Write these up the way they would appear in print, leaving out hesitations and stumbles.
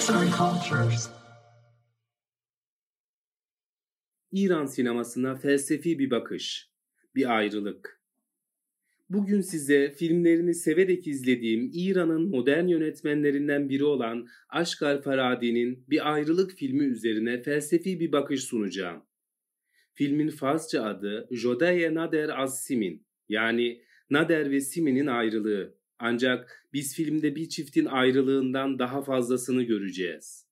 Western cultures. İran sinemasına felsefi bir bakış, bir ayrılık. Bugün size filmlerini severek izlediğim İran'ın modern yönetmenlerinden biri olan Ashghar Farhadi'nin Bir Ayrılık filmi üzerine felsefi bir bakış sunacağım. Filmin Farsça adı Jodaya Nader az Simin, yani Nader ve Simin'in ayrılığı. Ancak biz filmde bir çiftin ayrılığından daha fazlasını göreceğiz.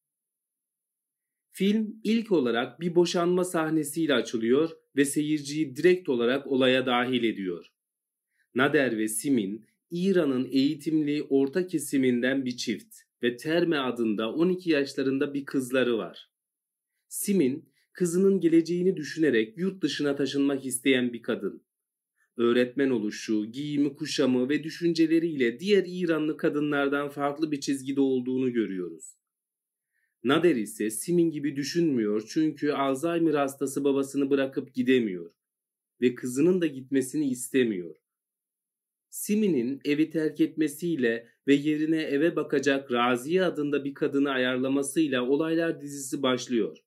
Film ilk olarak bir boşanma sahnesiyle açılıyor ve seyirciyi direkt olarak olaya dahil ediyor. Nader ve Simin, İran'ın eğitimli orta kesiminden bir çift ve Terme adında 12 yaşlarında bir kızları var. Simin, kızının geleceğini düşünerek yurt dışına taşınmak isteyen bir kadın. Öğretmen oluşu, giyimi, kuşamı ve düşünceleriyle diğer İranlı kadınlardan farklı bir çizgide olduğunu görüyoruz. Nader ise Simin gibi düşünmüyor çünkü Alzheimer hastası babasını bırakıp gidemiyor ve kızının da gitmesini istemiyor. Simin'in evi terk etmesiyle ve yerine eve bakacak Raziye adında bir kadını ayarlamasıyla olaylar dizisi başlıyor.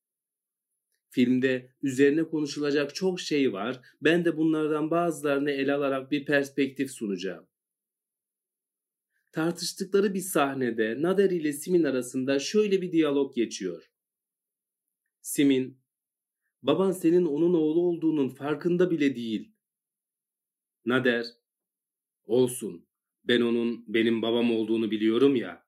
Filmde üzerine konuşulacak çok şey var, ben de bunlardan bazılarını ele alarak bir perspektif sunacağım. Tartıştıkları bir sahnede Nader ile Simin arasında şöyle bir diyalog geçiyor. Simin, baban senin onun oğlu olduğunun farkında bile değil. Nader, olsun, ben onun benim babam olduğunu biliyorum ya.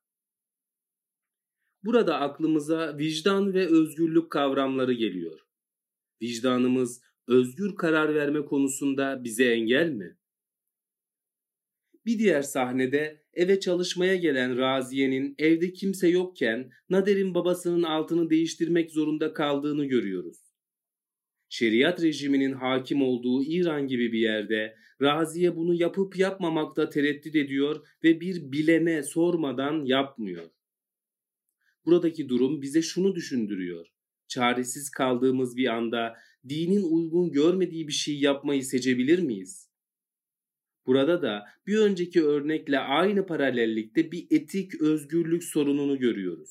Burada aklımıza vicdan ve özgürlük kavramları geliyor. Vicdanımız özgür karar verme konusunda bize engel mi? Bir diğer sahnede eve çalışmaya gelen Raziye'nin evde kimse yokken Nader'in babasının altını değiştirmek zorunda kaldığını görüyoruz. Şeriat rejiminin hakim olduğu İran gibi bir yerde Raziye bunu yapıp yapmamakta tereddüt ediyor ve bir bilene sormadan yapmıyor. Buradaki durum bize şunu düşündürüyor. Çaresiz kaldığımız bir anda dinin uygun görmediği bir şey yapmayı seçebilir miyiz? Burada da bir önceki örnekle aynı paralellikte bir etik özgürlük sorununu görüyoruz.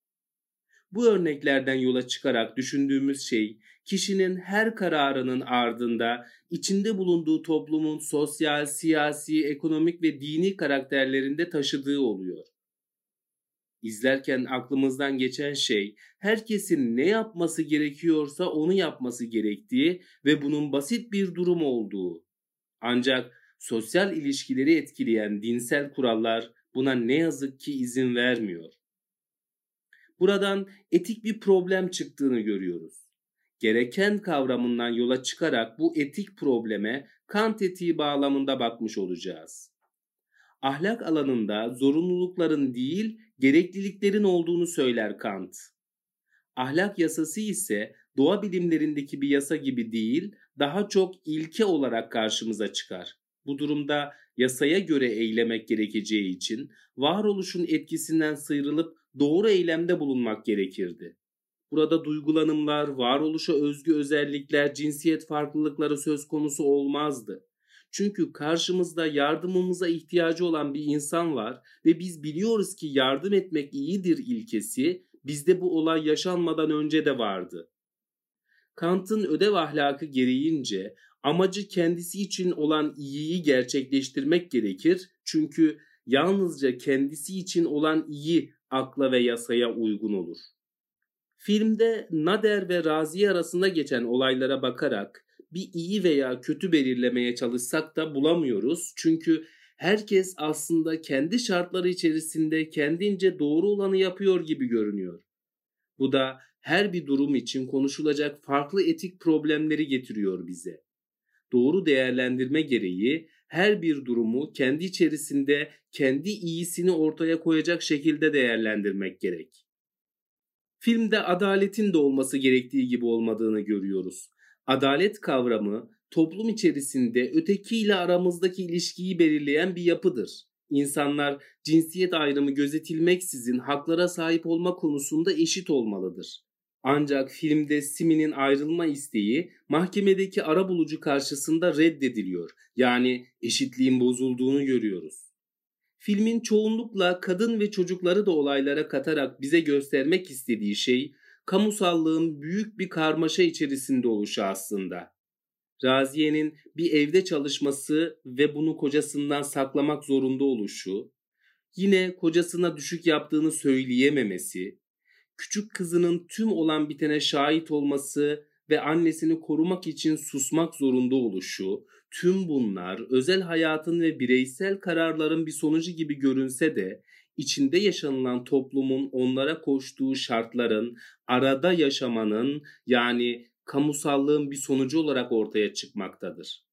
Bu örneklerden yola çıkarak düşündüğümüz şey, kişinin her kararının ardında içinde bulunduğu toplumun sosyal, siyasi, ekonomik ve dini karakterlerinde taşıdığı oluyor. İzlerken aklımızdan geçen şey, herkesin ne yapması gerekiyorsa onu yapması gerektiği ve bunun basit bir durum olduğu. Ancak sosyal ilişkileri etkileyen dinsel kurallar buna ne yazık ki izin vermiyor. Buradan etik bir problem çıktığını görüyoruz. Gereken kavramından yola çıkarak bu etik probleme Kant etiği bağlamında bakmış olacağız. Ahlak alanında zorunlulukların değil, gerekliliklerin olduğunu söyler Kant. Ahlak yasası ise doğa bilimlerindeki bir yasa gibi değil, daha çok ilke olarak karşımıza çıkar. Bu durumda yasaya göre eylemek gerekeceği için varoluşun etkisinden sıyrılıp doğru eylemde bulunmak gerekirdi. Burada duygulanımlar, varoluşa özgü özellikler, cinsiyet farklılıkları söz konusu olmazdı. Çünkü karşımızda yardımımıza ihtiyacı olan bir insan var ve biz biliyoruz ki yardım etmek iyidir ilkesi bizde bu olay yaşanmadan önce de vardı. Kant'ın ödev ahlakı gereğince amacı kendisi için olan iyiyi gerçekleştirmek gerekir. Çünkü yalnızca kendisi için olan iyi akla ve yasaya uygun olur. Filmde Nader ve Raziye arasında geçen olaylara bakarak bir iyi veya kötü belirlemeye çalışsak da bulamıyoruz. Çünkü herkes aslında kendi şartları içerisinde kendince doğru olanı yapıyor gibi görünüyor. Bu da her bir durum için konuşulacak farklı etik problemleri getiriyor bize. Doğru değerlendirme gereği her bir durumu kendi içerisinde kendi iyisini ortaya koyacak şekilde değerlendirmek gerek. Filmde adaletin de olması gerektiği gibi olmadığını görüyoruz. Adalet kavramı toplum içerisinde ötekiyle aramızdaki ilişkiyi belirleyen bir yapıdır. İnsanlar cinsiyet ayrımı gözetilmeksizin haklara sahip olma konusunda eşit olmalıdır. Ancak filmde Simin'in ayrılma isteği mahkemedeki arabulucu karşısında reddediliyor. Yani eşitliğin bozulduğunu görüyoruz. Filmin çoğunlukla kadın ve çocukları da olaylara katarak bize göstermek istediği şey, kamusallığın büyük bir karmaşa içerisinde oluşu aslında. Raziye'nin bir evde çalışması ve bunu kocasından saklamak zorunda oluşu, yine kocasına düşük yaptığını söyleyememesi, küçük kızının tüm olan bitene şahit olması ve annesini korumak için susmak zorunda oluşu, tüm bunlar özel hayatın ve bireysel kararların bir sonucu gibi görünse de içinde yaşanılan toplumun onlara koştuğu şartların arada yaşamanın, yani kamusallığın bir sonucu olarak ortaya çıkmaktadır.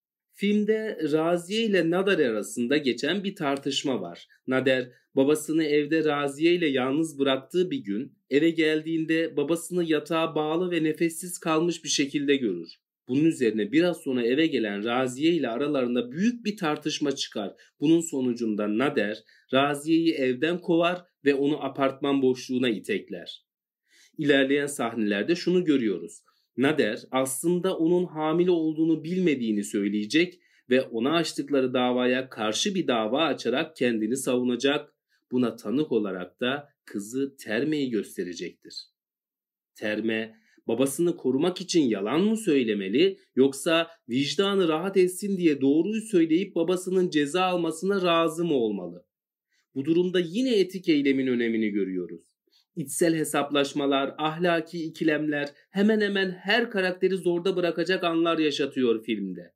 Filmde Raziye ile Nader arasında geçen bir tartışma var. Nader babasını evde Raziye ile yalnız bıraktığı bir gün eve geldiğinde babasını yatağa bağlı ve nefessiz kalmış bir şekilde görür. Bunun üzerine biraz sonra eve gelen Raziye ile aralarında büyük bir tartışma çıkar. Bunun sonucunda Nader Raziye'yi evden kovar ve onu apartman boşluğuna itekler. İlerleyen sahnelerde şunu görüyoruz. Nader aslında onun hamile olduğunu bilmediğini söyleyecek ve ona açtıkları davaya karşı bir dava açarak kendini savunacak. Buna tanık olarak da kızı Terme'yi gösterecektir. Terme babasını korumak için yalan mı söylemeli, yoksa vicdanı rahat etsin diye doğruyu söyleyip babasının ceza almasına razı mı olmalı? Bu durumda yine etik eylemin önemini görüyoruz. İçsel hesaplaşmalar, ahlaki ikilemler hemen hemen her karakteri zorda bırakacak anlar yaşatıyor filmde.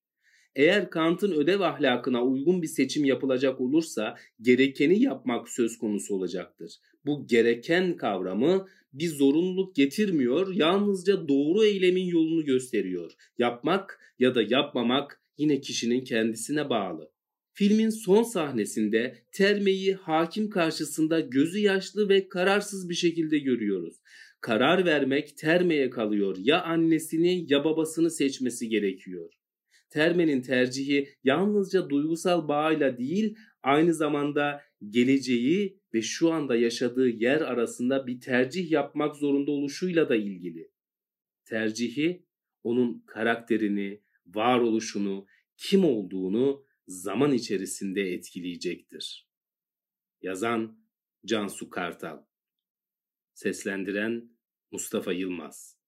Eğer Kant'ın ödev ahlakına uygun bir seçim yapılacak olursa gerekeni yapmak söz konusu olacaktır. Bu gereken kavramı bir zorunluluk getirmiyor, yalnızca doğru eylemin yolunu gösteriyor. Yapmak ya da yapmamak yine kişinin kendisine bağlı. Filmin son sahnesinde Terme'yi hakim karşısında gözü yaşlı ve kararsız bir şekilde görüyoruz. Karar vermek Terme'ye kalıyor. Ya annesini ya babasını seçmesi gerekiyor. Terme'nin tercihi yalnızca duygusal bağıyla değil, aynı zamanda geleceği ve şu anda yaşadığı yer arasında bir tercih yapmak zorunda oluşuyla da ilgili. Tercihi onun karakterini, varoluşunu, kim olduğunu zaman içerisinde etkileyecektir. Yazan Cansu Kartal, seslendiren Mustafa Yılmaz.